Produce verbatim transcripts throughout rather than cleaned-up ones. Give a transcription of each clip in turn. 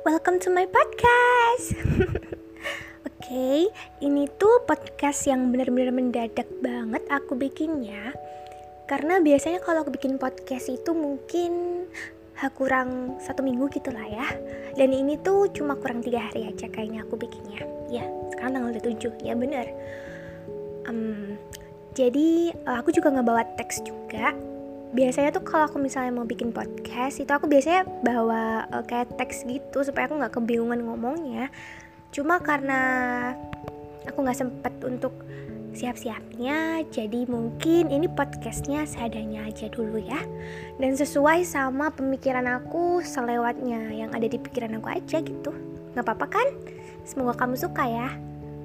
welcome to my podcast. Oke, okay, ini tuh podcast yang benar-benar mendadak banget aku bikinnya. Karena biasanya kalau aku bikin podcast itu mungkin ha, kurang satu minggu gitu lah ya. Dan ini tuh cuma kurang tiga hari aja kayaknya aku bikinnya. Ya, sekarang tanggal tujuh, ya benar. um, Jadi aku juga ngebawa teks juga. Biasanya tuh kalau aku misalnya mau bikin podcast itu aku biasanya bawa uh, kayak teks gitu supaya aku nggak kebingungan ngomongnya. Cuma karena aku nggak sempet untuk siap-siapnya, jadi mungkin ini podcastnya seadanya aja dulu ya. Dan sesuai sama pemikiran aku selewatnya yang ada di pikiran aku aja gitu. Nggak apa-apa kan? Semoga kamu suka ya.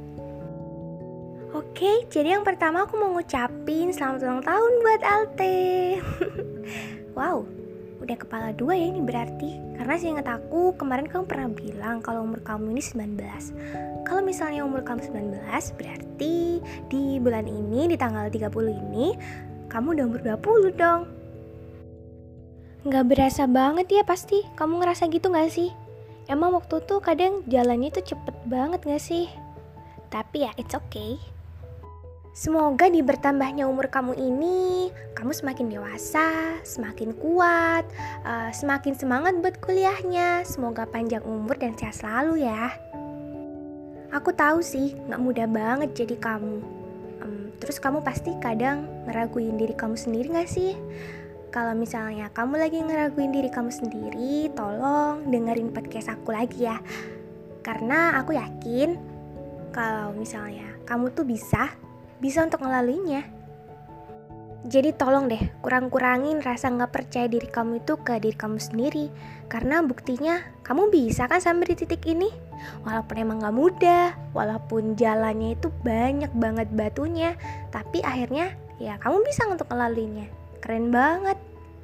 Oke, jadi yang pertama aku mau ngucapin selamat ulang tahun buat Alte. Wow, udah kepala dua ya ini berarti. Karena seingat aku kemarin kamu pernah bilang kalau umur kamu ini sembilan belas. Kalau misalnya umur kamu sembilan belas, berarti di bulan ini, di tanggal tiga puluh ini, kamu udah umur dua puluh dong. Nggak berasa banget ya pasti, kamu ngerasa gitu gak sih? Emang waktu tuh kadang jalannya tuh cepet banget gak sih? Tapi ya it's okay. Semoga di bertambahnya umur kamu ini, kamu semakin dewasa, semakin kuat, uh, semakin semangat buat kuliahnya. Semoga panjang umur dan sehat selalu ya. Aku tahu sih, gak mudah banget jadi kamu. Um, terus kamu pasti kadang ngeraguin diri kamu sendiri gak sih? Kalau misalnya kamu lagi ngeraguin diri kamu sendiri, tolong dengerin podcast aku lagi ya. Karena aku yakin kalau misalnya kamu tuh bisa, bisa untuk ngelaluinya. Jadi tolong deh, kurang-kurangin rasa gak percaya diri kamu itu ke diri kamu sendiri. Karena buktinya kamu bisa kan sampai di titik ini. Walaupun emang gak mudah, walaupun jalannya itu banyak banget batunya, tapi akhirnya ya kamu bisa untuk ngelaluinya. Keren banget.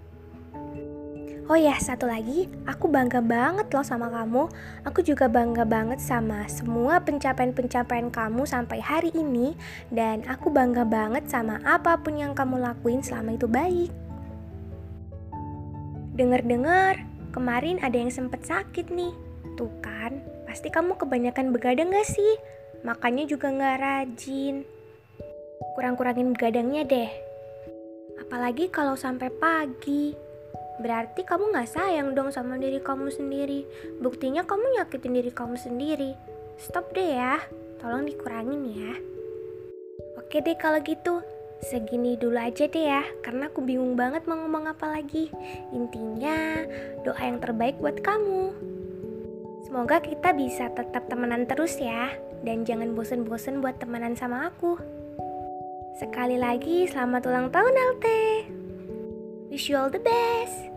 Oh ya, satu lagi, aku bangga banget loh sama kamu. Aku juga bangga banget sama semua pencapaian-pencapaian kamu sampai hari ini. Dan aku bangga banget sama apapun yang kamu lakuin selama itu baik. Dengar-dengar, kemarin ada yang sempet sakit nih. Tuh kan, pasti kamu kebanyakan begadang gak sih? Makannya juga gak rajin. Kurang-kurangin begadangnya deh. Apalagi kalau sampai pagi. Berarti kamu gak sayang dong sama diri kamu sendiri. Buktinya kamu nyakitin diri kamu sendiri. Stop deh ya, tolong dikurangin ya. Oke deh kalau gitu, segini dulu aja deh ya. Karena aku bingung banget mau ngomong apa lagi. Intinya, doa yang terbaik buat kamu. Semoga kita bisa tetap temenan terus ya. Dan jangan bosen-bosen buat temenan sama aku. Sekali lagi, selamat ulang tahun Alte. Wish you all the best.